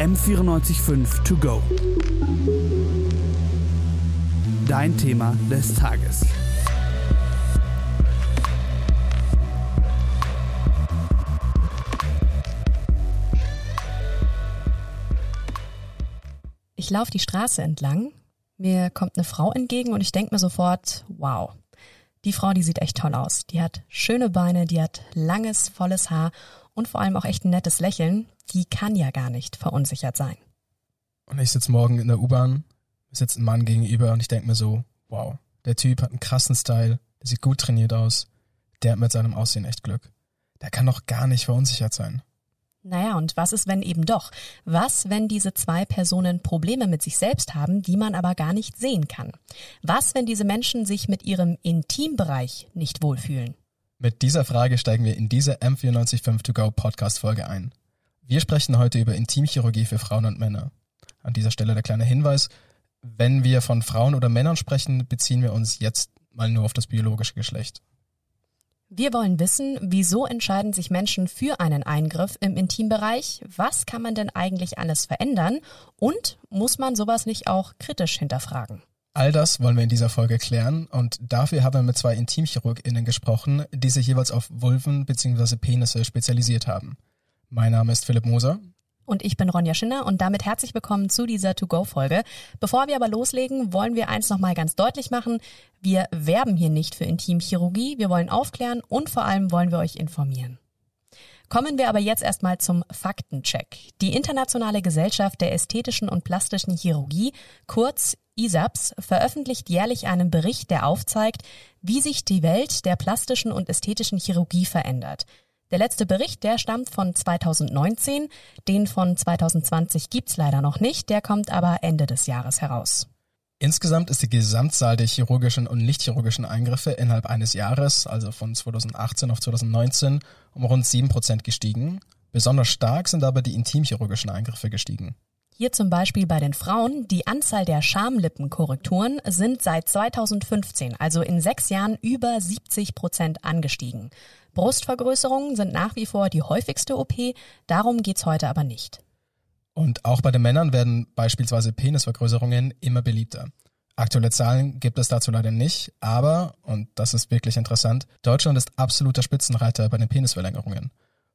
M94.5 To Go. Dein Thema des Tages. Ich laufe die Straße entlang, mir kommt eine Frau entgegen und ich denke mir sofort, wow, die Frau, die sieht echt toll aus. Die hat schöne Beine, die hat langes, volles Haar und vor allem auch echt ein nettes Lächeln. Die kann ja gar nicht verunsichert sein. Und ich sitze morgen in der U-Bahn, mir sitzt ein Mann gegenüber und ich denke mir so, wow, der Typ hat einen krassen Style, der sieht gut trainiert aus, der hat mit seinem Aussehen echt Glück. Der kann doch gar nicht verunsichert sein. Naja, und was ist, wenn eben doch? Was, wenn diese zwei Personen Probleme mit sich selbst haben, die man aber gar nicht sehen kann? Was, wenn diese Menschen sich mit ihrem Intimbereich nicht wohlfühlen? Mit dieser Frage steigen wir in diese M94.5 To Go Podcast-Folge ein. Wir sprechen heute über Intimchirurgie für Frauen und Männer. An dieser Stelle der kleine Hinweis, wenn wir von Frauen oder Männern sprechen, beziehen wir uns jetzt mal nur auf das biologische Geschlecht. Wir wollen wissen, wieso entscheiden sich Menschen für einen Eingriff im Intimbereich? Was kann man denn eigentlich alles verändern? Und muss man sowas nicht auch kritisch hinterfragen? All das wollen wir in dieser Folge klären und dafür haben wir mit zwei IntimchirurgInnen gesprochen, die sich jeweils auf Vulven bzw. Penisse spezialisiert haben. Mein Name ist Philipp Moser. Und ich bin Ronja Schinner und damit herzlich willkommen zu dieser To-Go-Folge. Bevor wir aber loslegen, wollen wir eins nochmal ganz deutlich machen. Wir werben hier nicht für Intimchirurgie, wir wollen aufklären und vor allem wollen wir euch informieren. Kommen wir aber jetzt erstmal zum Faktencheck. Die Internationale Gesellschaft der Ästhetischen und Plastischen Chirurgie, kurz ISAPS, veröffentlicht jährlich einen Bericht, der aufzeigt, wie sich die Welt der plastischen und ästhetischen Chirurgie verändert. Der letzte Bericht, der stammt von 2019, den von 2020 gibt's leider noch nicht, der kommt aber Ende des Jahres heraus. Insgesamt ist die Gesamtzahl der chirurgischen und nicht-chirurgischen Eingriffe innerhalb eines Jahres, also von 2018 auf 2019, um rund 7% gestiegen. Besonders stark sind aber die intimchirurgischen Eingriffe gestiegen. Hier zum Beispiel bei den Frauen, die Anzahl der Schamlippenkorrekturen sind seit 2015, also in 6 Jahren, über 70% angestiegen. Brustvergrößerungen sind nach wie vor die häufigste OP, darum geht's heute aber nicht. Und auch bei den Männern werden beispielsweise Penisvergrößerungen immer beliebter. Aktuelle Zahlen gibt es dazu leider nicht, aber, und das ist wirklich interessant, Deutschland ist absoluter Spitzenreiter bei den Penisverlängerungen.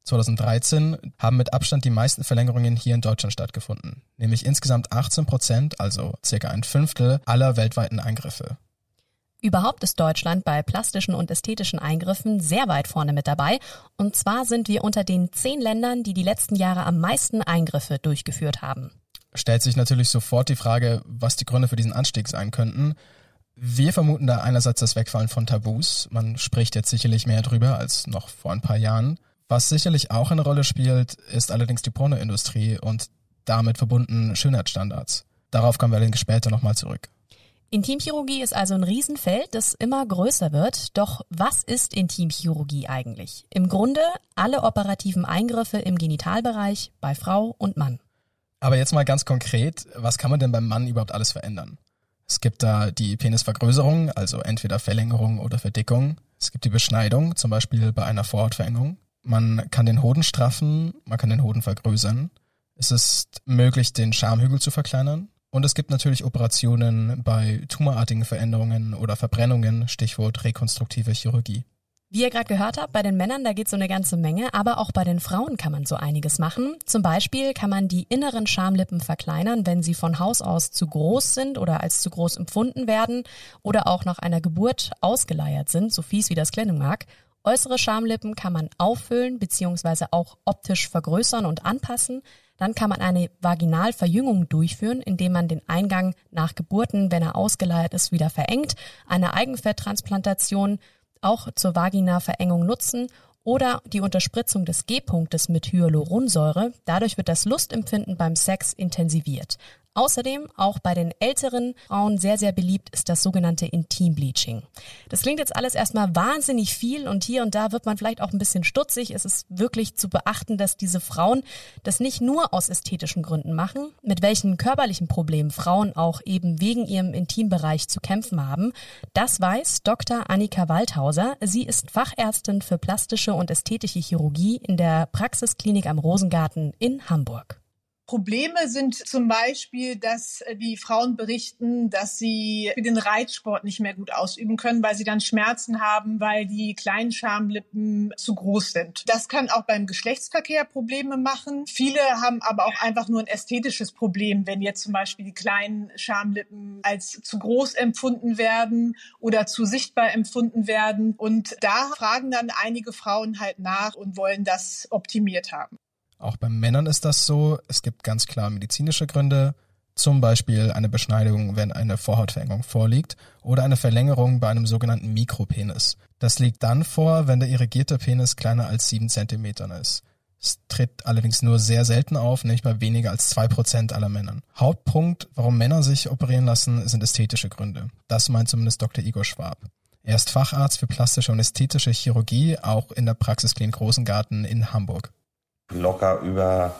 2013 haben mit Abstand die meisten Verlängerungen hier in Deutschland stattgefunden, nämlich insgesamt 18%, also circa ein Fünftel aller weltweiten Eingriffe. Überhaupt ist Deutschland bei plastischen und ästhetischen Eingriffen sehr weit vorne mit dabei. Und zwar sind wir unter den 10 Ländern, die letzten Jahre am meisten Eingriffe durchgeführt haben. Stellt sich natürlich sofort die Frage, was die Gründe für diesen Anstieg sein könnten. Wir vermuten da einerseits das Wegfallen von Tabus. Man spricht jetzt sicherlich mehr drüber als noch vor ein paar Jahren. Was sicherlich auch eine Rolle spielt, ist allerdings die Pornoindustrie und damit verbunden Schönheitsstandards. Darauf kommen wir allerdings später nochmal zurück. Intimchirurgie ist also ein Riesenfeld, das immer größer wird. Doch was ist Intimchirurgie eigentlich? Im Grunde alle operativen Eingriffe im Genitalbereich bei Frau und Mann. Aber jetzt mal ganz konkret, was kann man denn beim Mann überhaupt alles verändern? Es gibt da die Penisvergrößerung, also entweder Verlängerung oder Verdickung. Es gibt die Beschneidung, zum Beispiel bei einer Vorhautverengung. Man kann den Hoden straffen, man kann den Hoden vergrößern. Es ist möglich, den Schamhügel zu verkleinern. Und es gibt natürlich Operationen bei tumorartigen Veränderungen oder Verbrennungen, Stichwort rekonstruktive Chirurgie. Wie ihr gerade gehört habt, bei den Männern, da geht so eine ganze Menge, aber auch bei den Frauen kann man so einiges machen. Zum Beispiel kann man die inneren Schamlippen verkleinern, wenn sie von Haus aus zu groß sind oder als zu groß empfunden werden oder auch nach einer Geburt ausgeleiert sind, so fies wie das klingen mag. Äußere Schamlippen kann man auffüllen bzw. auch optisch vergrößern und anpassen. Dann kann man eine Vaginalverjüngung durchführen, indem man den Eingang nach Geburten, wenn er ausgeleiert ist, wieder verengt. Eine Eigenfetttransplantation auch zur Vaginaverengung nutzen oder die Unterspritzung des G-Punktes mit Hyaluronsäure. Dadurch wird das Lustempfinden beim Sex intensiviert. Außerdem, auch bei den älteren Frauen sehr, sehr beliebt, ist das sogenannte Intimbleaching. Das klingt jetzt alles erstmal wahnsinnig viel und hier und da wird man vielleicht auch ein bisschen stutzig. Es ist wirklich zu beachten, dass diese Frauen das nicht nur aus ästhetischen Gründen machen, mit welchen körperlichen Problemen Frauen auch eben wegen ihrem Intimbereich zu kämpfen haben. Das weiß Dr. Annika Waldhauser. Sie ist Fachärztin für plastische und ästhetische Chirurgie in der Praxisklinik am Rosengarten in Hamburg. Probleme sind zum Beispiel, dass die Frauen berichten, dass sie den Reitsport nicht mehr gut ausüben können, weil sie dann Schmerzen haben, weil die kleinen Schamlippen zu groß sind. Das kann auch beim Geschlechtsverkehr Probleme machen. Viele haben aber auch einfach nur ein ästhetisches Problem, wenn jetzt zum Beispiel die kleinen Schamlippen als zu groß empfunden werden oder zu sichtbar empfunden werden. Und da fragen dann einige Frauen halt nach und wollen das optimiert haben. Auch bei Männern ist das so. Es gibt ganz klar medizinische Gründe, zum Beispiel eine Beschneidung, wenn eine Vorhautverengung vorliegt, oder eine Verlängerung bei einem sogenannten Mikropenis. Das liegt dann vor, wenn der irrigierte Penis kleiner als 7 cm ist. Es tritt allerdings nur sehr selten auf, nämlich bei weniger als 2% aller Männern. Hauptpunkt, warum Männer sich operieren lassen, sind ästhetische Gründe. Das meint zumindest Dr. Igor Schwab. Er ist Facharzt für plastische und ästhetische Chirurgie, auch in der Praxisklinik Rosengarten in Hamburg. Locker über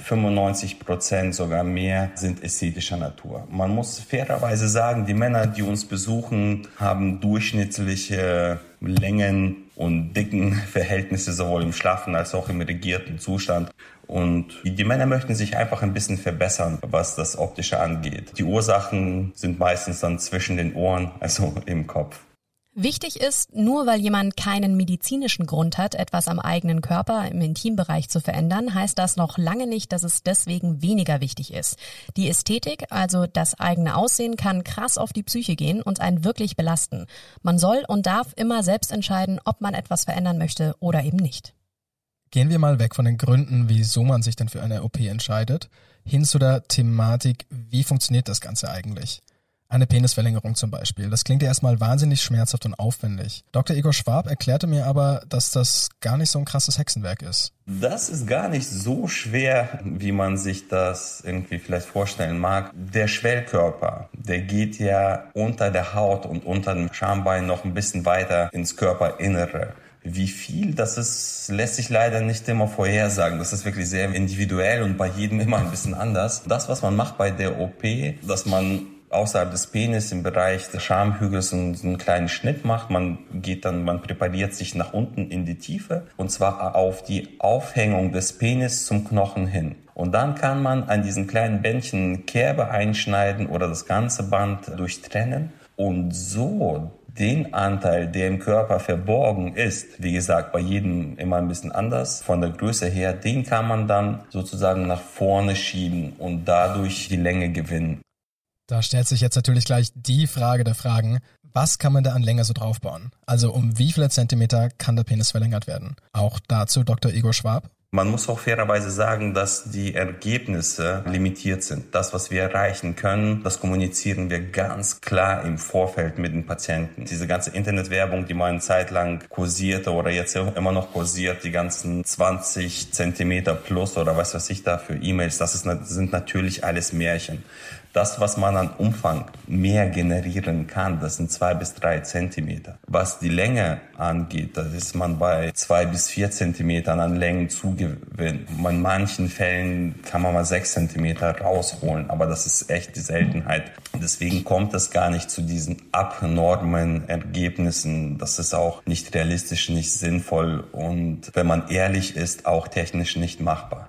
95%, sogar mehr, sind ästhetischer Natur. Man muss fairerweise sagen, die Männer, die uns besuchen, haben durchschnittliche Längen und dicken Verhältnisse, sowohl im schlaffen als auch im irrigierten Zustand. Und die Männer möchten sich einfach ein bisschen verbessern, was das Optische angeht. Die Ursachen sind meistens dann zwischen den Ohren, also im Kopf. Wichtig ist, nur weil jemand keinen medizinischen Grund hat, etwas am eigenen Körper im Intimbereich zu verändern, heißt das noch lange nicht, dass es deswegen weniger wichtig ist. Die Ästhetik, also das eigene Aussehen, kann krass auf die Psyche gehen und einen wirklich belasten. Man soll und darf immer selbst entscheiden, ob man etwas verändern möchte oder eben nicht. Gehen wir mal weg von den Gründen, wieso man sich denn für eine OP entscheidet, hin zu der Thematik, wie funktioniert das Ganze eigentlich? Eine Penisverlängerung zum Beispiel. Das klingt ja erstmal wahnsinnig schmerzhaft und aufwendig. Dr. Igor Schwab erklärte mir aber, dass das gar nicht so ein krasses Hexenwerk ist. Das ist gar nicht so schwer, wie man sich das irgendwie vielleicht vorstellen mag. Der Schwellkörper, der geht ja unter der Haut und unter dem Schambein noch ein bisschen weiter ins Körperinnere. Wie viel das ist, lässt sich leider nicht immer vorhersagen. Das ist wirklich sehr individuell und bei jedem immer ein bisschen anders. Das, was man macht bei der OP, dass man außerhalb des Penis im Bereich des Schamhügels einen kleinen Schnitt macht. Man präpariert sich nach unten in die Tiefe und zwar auf die Aufhängung des Penis zum Knochen hin. Und dann kann man an diesen kleinen Bändchen Kerbe einschneiden oder das ganze Band durchtrennen und so den Anteil, der im Körper verborgen ist, wie gesagt, bei jedem immer ein bisschen anders, von der Größe her, den kann man dann sozusagen nach vorne schieben und dadurch die Länge gewinnen. Da stellt sich jetzt natürlich gleich die Frage der Fragen, was kann man da an Länge so draufbauen? Also um wie viele Zentimeter kann der Penis verlängert werden? Auch dazu Dr. Igor Schwab. Man muss auch fairerweise sagen, dass die Ergebnisse limitiert sind. Das, was wir erreichen können, das kommunizieren wir ganz klar im Vorfeld mit den Patienten. Diese ganze Internetwerbung, die mal eine Zeit lang kursierte oder jetzt immer noch kursiert, die ganzen 20 Zentimeter plus oder was weiß ich da für E-Mails, sind natürlich alles Märchen. Das, was man an Umfang mehr generieren kann, das sind 2 bis 3 Zentimeter. Was die Länge angeht, da ist man bei 2 bis 4 Zentimetern an Längenzugewinn. In manchen Fällen kann man mal 6 Zentimeter rausholen, aber das ist echt die Seltenheit. Deswegen kommt es gar nicht zu diesen abnormen Ergebnissen. Das ist auch nicht realistisch, nicht sinnvoll und, wenn man ehrlich ist, auch technisch nicht machbar.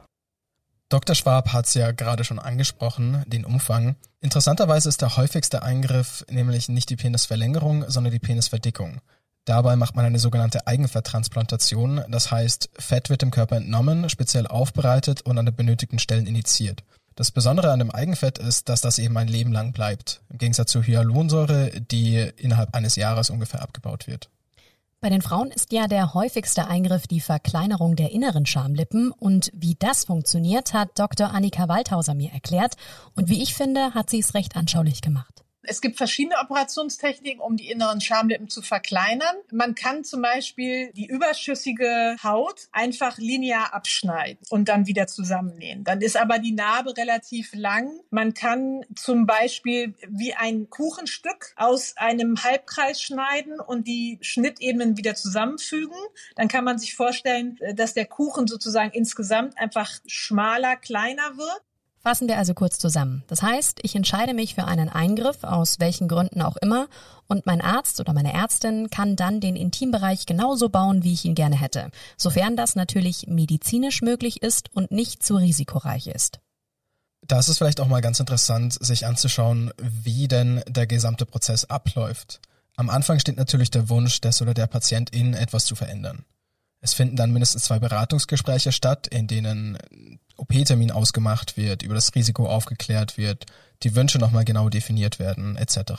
Dr. Schwab hat es ja gerade schon angesprochen, den Umfang. Interessanterweise ist der häufigste Eingriff nämlich nicht die Penisverlängerung, sondern die Penisverdickung. Dabei macht man eine sogenannte Eigenfetttransplantation, das heißt, Fett wird dem Körper entnommen, speziell aufbereitet und an den benötigten Stellen injiziert. Das Besondere an dem Eigenfett ist, dass das eben ein Leben lang bleibt, im Gegensatz zur Hyaluronsäure, die innerhalb eines Jahres ungefähr abgebaut wird. Bei den Frauen ist ja der häufigste Eingriff die Verkleinerung der inneren Schamlippen und wie das funktioniert, hat Dr. Annika Waldhauser mir erklärt und wie ich finde, hat sie es recht anschaulich gemacht. Es gibt verschiedene Operationstechniken, um die inneren Schamlippen zu verkleinern. Man kann zum Beispiel die überschüssige Haut einfach linear abschneiden und dann wieder zusammennähen. Dann ist aber die Narbe relativ lang. Man kann zum Beispiel wie ein Kuchenstück aus einem Halbkreis schneiden und die Schnittebenen wieder zusammenfügen. Dann kann man sich vorstellen, dass der Kuchen sozusagen insgesamt einfach schmaler, kleiner wird. Fassen wir also kurz zusammen. Das heißt, ich entscheide mich für einen Eingriff, aus welchen Gründen auch immer, und mein Arzt oder meine Ärztin kann dann den Intimbereich genauso bauen, wie ich ihn gerne hätte, sofern das natürlich medizinisch möglich ist und nicht zu risikoreich ist. Da ist es vielleicht auch mal ganz interessant, sich anzuschauen, wie denn der gesamte Prozess abläuft. Am Anfang steht natürlich der Wunsch des oder der Patientin, etwas zu verändern. Es finden dann mindestens 2 Beratungsgespräche statt, in denen OP-Termin ausgemacht wird, über das Risiko aufgeklärt wird, die Wünsche nochmal genau definiert werden, etc.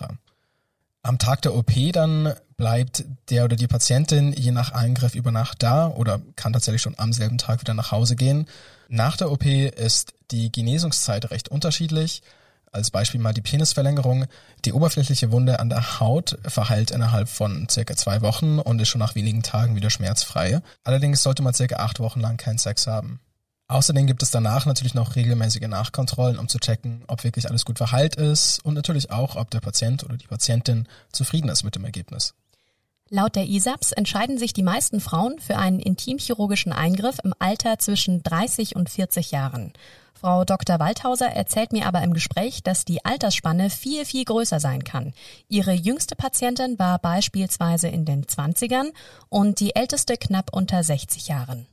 Am Tag der OP dann bleibt der oder die Patientin je nach Eingriff über Nacht da oder kann tatsächlich schon am selben Tag wieder nach Hause gehen. Nach der OP ist die Genesungszeit recht unterschiedlich. Als Beispiel mal die Penisverlängerung. Die oberflächliche Wunde an der Haut verheilt innerhalb von circa 2 Wochen und ist schon nach wenigen Tagen wieder schmerzfrei. Allerdings sollte man circa 8 Wochen lang keinen Sex haben. Außerdem gibt es danach natürlich noch regelmäßige Nachkontrollen, um zu checken, ob wirklich alles gut verheilt ist und natürlich auch, ob der Patient oder die Patientin zufrieden ist mit dem Ergebnis. Laut der ISAPS entscheiden sich die meisten Frauen für einen intimchirurgischen Eingriff im Alter zwischen 30 und 40 Jahren. Frau Dr. Waldhauser erzählt mir aber im Gespräch, dass die Altersspanne viel, viel größer sein kann. Ihre jüngste Patientin war beispielsweise in den 20ern und die älteste knapp unter 60 Jahren.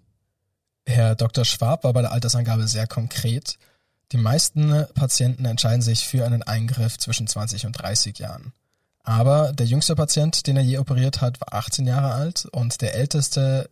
Herr Dr. Schwab war bei der Altersangabe sehr konkret. Die meisten Patienten entscheiden sich für einen Eingriff zwischen 20 und 30 Jahren. Aber der jüngste Patient, den er je operiert hat, war 18 Jahre alt und der älteste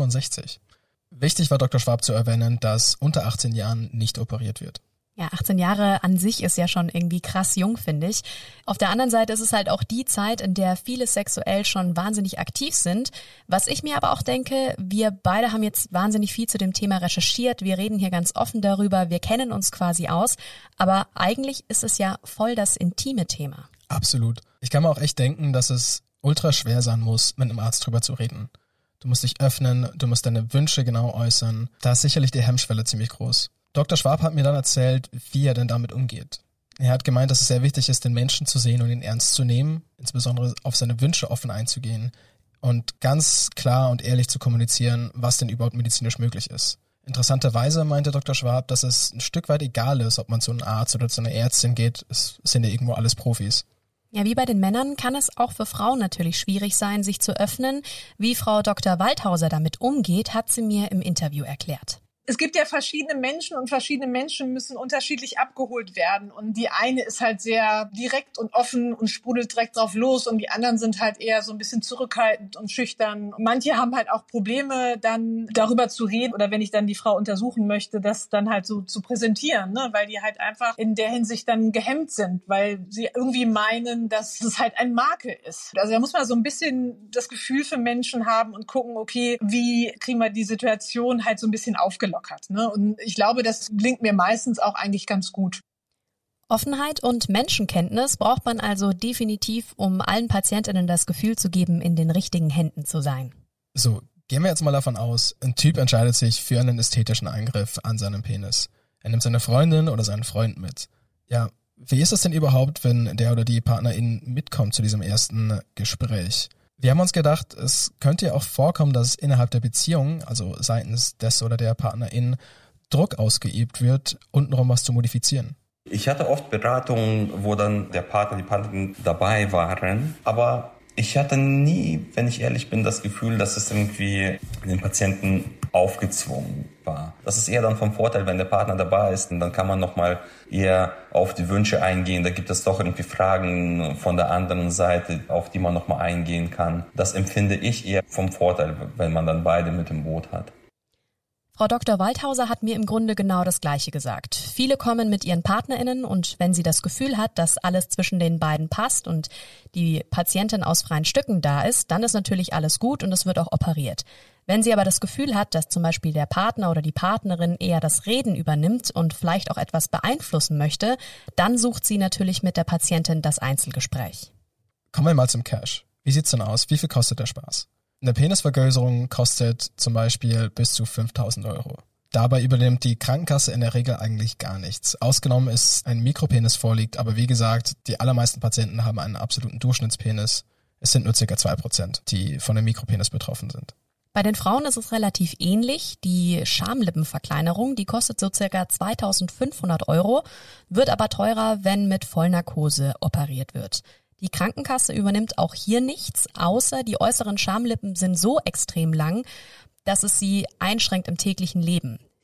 67. Wichtig war Dr. Schwab zu erwähnen, dass unter 18 Jahren nicht operiert wird. Ja, 18 Jahre an sich ist ja schon irgendwie krass jung, finde ich. Auf der anderen Seite ist es halt auch die Zeit, in der viele sexuell schon wahnsinnig aktiv sind. Was ich mir aber auch denke, wir beide haben jetzt wahnsinnig viel zu dem Thema recherchiert. Wir reden hier ganz offen darüber. Wir kennen uns quasi aus. Aber eigentlich ist es ja voll das intime Thema. Absolut. Ich kann mir auch echt denken, dass es ultra schwer sein muss, mit einem Arzt drüber zu reden. Du musst dich öffnen, du musst deine Wünsche genau äußern. Da ist sicherlich die Hemmschwelle ziemlich groß. Dr. Schwab hat mir dann erzählt, wie er denn damit umgeht. Er hat gemeint, dass es sehr wichtig ist, den Menschen zu sehen und ihn ernst zu nehmen, insbesondere auf seine Wünsche offen einzugehen und ganz klar und ehrlich zu kommunizieren, was denn überhaupt medizinisch möglich ist. Interessanterweise meinte Dr. Schwab, dass es ein Stück weit egal ist, ob man zu einem Arzt oder zu einer Ärztin geht. Es sind ja irgendwo alles Profis. Ja, wie bei den Männern kann es auch für Frauen natürlich schwierig sein, sich zu öffnen. Wie Frau Dr. Waldhauser damit umgeht, hat sie mir im Interview erklärt. Es gibt ja verschiedene Menschen und verschiedene Menschen müssen unterschiedlich abgeholt werden. Und die eine ist halt sehr direkt und offen und sprudelt direkt drauf los und die anderen sind halt eher so ein bisschen zurückhaltend und schüchtern. Und manche haben halt auch Probleme, dann darüber zu reden oder wenn ich dann die Frau untersuchen möchte, das dann halt so zu präsentieren, ne? Weil die halt einfach in der Hinsicht dann gehemmt sind, weil sie irgendwie meinen, dass es halt ein Makel ist. Also da muss man so ein bisschen das Gefühl für Menschen haben und gucken, okay, wie kriegen wir die Situation halt so ein bisschen aufgelockert. Ne? Und ich glaube, das gelingt mir meistens auch eigentlich ganz gut. Offenheit und Menschenkenntnis braucht man also definitiv, um allen PatientInnen das Gefühl zu geben, in den richtigen Händen zu sein. So, gehen wir jetzt mal davon aus, ein Typ entscheidet sich für einen ästhetischen Eingriff an seinem Penis. Er nimmt seine Freundin oder seinen Freund mit. Ja, wie ist es denn überhaupt, wenn der oder die Partnerin mitkommt zu diesem ersten Gespräch? Wir haben uns gedacht, es könnte ja auch vorkommen, dass innerhalb der Beziehung, also seitens des oder der Partnerin, Druck ausgeübt wird, untenrum was zu modifizieren. Ich hatte oft Beratungen, wo dann der Partner, die Partnerin dabei waren, aber ich hatte nie, wenn ich ehrlich bin, das Gefühl, dass es irgendwie den Patienten aufgezwungen war. Das ist eher dann vom Vorteil, wenn der Partner dabei ist, und dann kann man nochmal eher auf die Wünsche eingehen. Da gibt es doch irgendwie Fragen von der anderen Seite, auf die man nochmal eingehen kann. Das empfinde ich eher vom Vorteil, wenn man dann beide mit im Boot hat. Frau Dr. Waldhauser hat mir im Grunde genau das Gleiche gesagt. Viele kommen mit ihren PartnerInnen und wenn sie das Gefühl hat, dass alles zwischen den beiden passt und die Patientin aus freien Stücken da ist, dann ist natürlich alles gut und es wird auch operiert. Wenn sie aber das Gefühl hat, dass zum Beispiel der Partner oder die Partnerin eher das Reden übernimmt und vielleicht auch etwas beeinflussen möchte, dann sucht sie natürlich mit der Patientin das Einzelgespräch. Kommen wir mal zum Cash. Wie sieht's denn aus? Wie viel kostet der Spaß? Eine Penisvergrößerung kostet zum Beispiel bis zu 5.000 €. Dabei übernimmt die Krankenkasse in der Regel eigentlich gar nichts. Ausgenommen ist ein Mikropenis vorliegt, aber wie gesagt, die allermeisten Patienten haben einen absoluten Durchschnittspenis. Es sind nur ca. 2%, die von dem Mikropenis betroffen sind. Bei den Frauen ist es relativ ähnlich. Die Schamlippenverkleinerung, die kostet so ca. 2.500 €, wird aber teurer, wenn mit Vollnarkose operiert wird. Die Krankenkasse übernimmt auch hier nichts, außer die äußeren Schamlippen sind so extrem lang, dass es sie einschränkt im täglichen Leben.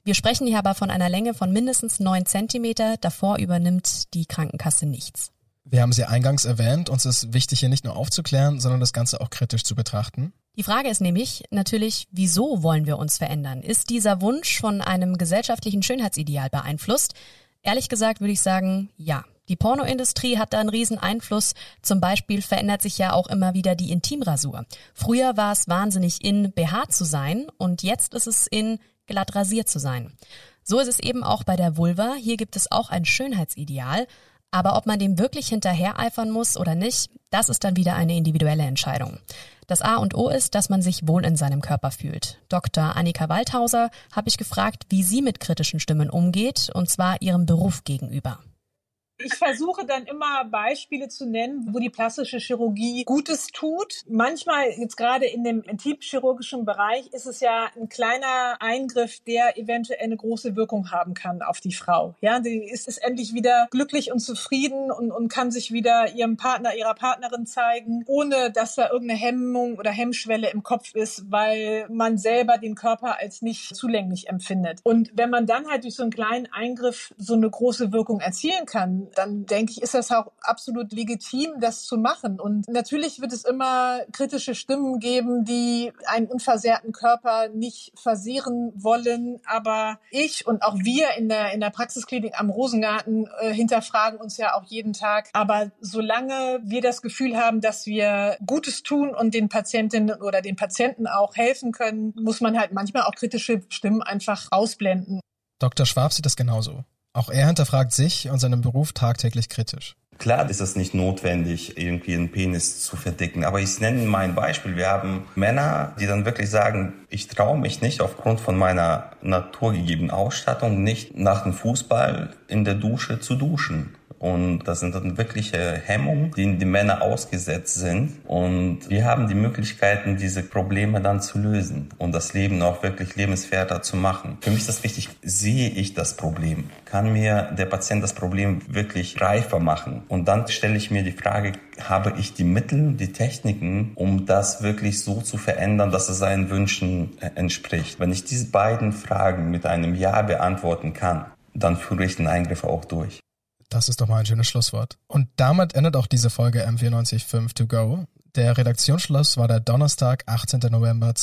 Wir sprechen hier aber von einer Länge von mindestens 9 Zentimeter. Davor übernimmt die Krankenkasse nichts. Wir haben sie eingangs erwähnt, uns ist wichtig, hier nicht nur aufzuklären, sondern das Ganze auch kritisch zu betrachten. Die Frage ist nämlich natürlich, wieso wollen wir uns verändern? Ist dieser Wunsch von einem gesellschaftlichen Schönheitsideal beeinflusst? Ehrlich gesagt würde ich sagen, ja. Die Pornoindustrie hat da einen riesen Einfluss. Zum Beispiel verändert sich ja auch immer wieder die Intimrasur. Früher war es wahnsinnig in, BH zu sein und jetzt ist es in, glatt rasiert zu sein. So ist es eben auch bei der Vulva. Hier gibt es auch ein Schönheitsideal. Aber ob man dem wirklich hinterhereifern muss oder nicht, das ist dann wieder eine individuelle Entscheidung. Das A und O ist, dass man sich wohl in seinem Körper fühlt. Dr. Annika Waldhauser habe ich gefragt, wie sie mit kritischen Stimmen umgeht, und zwar ihrem Beruf gegenüber. Ich versuche dann immer Beispiele zu nennen, wo die plastische Chirurgie Gutes tut. Manchmal, jetzt gerade in dem intimchirurgischen Bereich, ist es ja ein kleiner Eingriff, der eventuell eine große Wirkung haben kann auf die Frau. Ja, die ist endlich wieder glücklich und zufrieden und kann sich wieder ihrem Partner, ihrer Partnerin zeigen, ohne dass da irgendeine Hemmung oder Hemmschwelle im Kopf ist, weil man selber den Körper als nicht zulänglich empfindet. Und wenn man dann halt durch so einen kleinen Eingriff so eine große Wirkung erzielen kann, dann denke ich, ist das auch absolut legitim, das zu machen. Und natürlich wird es immer kritische Stimmen geben, die einen unversehrten Körper nicht versehren wollen. Aber ich und auch wir in der Praxisklinik am Rosengarten hinterfragen uns ja auch jeden Tag. Aber solange wir das Gefühl haben, dass wir Gutes tun und den Patientinnen oder den Patienten auch helfen können, muss man halt manchmal auch kritische Stimmen einfach ausblenden. Dr. Schwab sieht das genauso. Auch er hinterfragt sich und seinen Beruf tagtäglich kritisch. Klar ist es nicht notwendig, irgendwie einen Penis zu verdicken. Aber ich nenne mal ein Beispiel. Wir haben Männer, die dann wirklich sagen, ich traue mich nicht aufgrund von meiner naturgegebenen Ausstattung nicht nach dem Fußball in der Dusche zu duschen. Und das sind dann wirkliche Hemmungen, denen die Männer ausgesetzt sind. Und wir haben die Möglichkeiten, diese Probleme dann zu lösen und das Leben auch wirklich lebenswerter zu machen. Für mich ist das wichtig, sehe ich das Problem? Kann mir der Patient das Problem wirklich reifer machen? Und dann stelle ich mir die Frage, habe ich die Mittel, die Techniken, um das wirklich so zu verändern, dass es seinen Wünschen entspricht? Wenn ich diese beiden Fragen mit einem Ja beantworten kann, dann führe ich den Eingriff auch durch. Das ist doch mal ein schönes Schlusswort. Und damit endet auch diese Folge M94.5 To Go. Der Redaktionsschluss war der Donnerstag, 18. November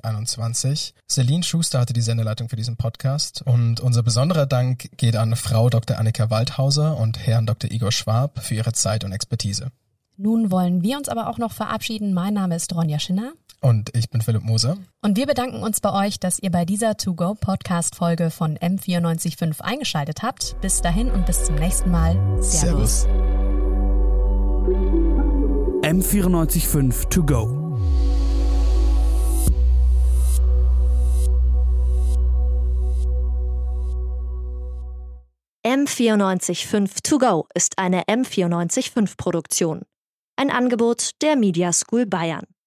2021. Celine Schuster hatte die Sendeleitung für diesen Podcast. Und unser besonderer Dank geht an Frau Dr. Annika Waldhauser und Herrn Dr. Igor Schwab für ihre Zeit und Expertise. Nun wollen wir uns aber auch noch verabschieden. Mein Name ist Ronja Schinner. Und ich bin Philipp Moser. Und wir bedanken uns bei euch, dass ihr bei dieser To-Go-Podcast-Folge von M94.5 eingeschaltet habt. Bis dahin und bis zum nächsten Mal. Servus. M94.5 To Go. M94.5 To Go ist eine M94.5 Produktion. Ein Angebot der Media School Bayern.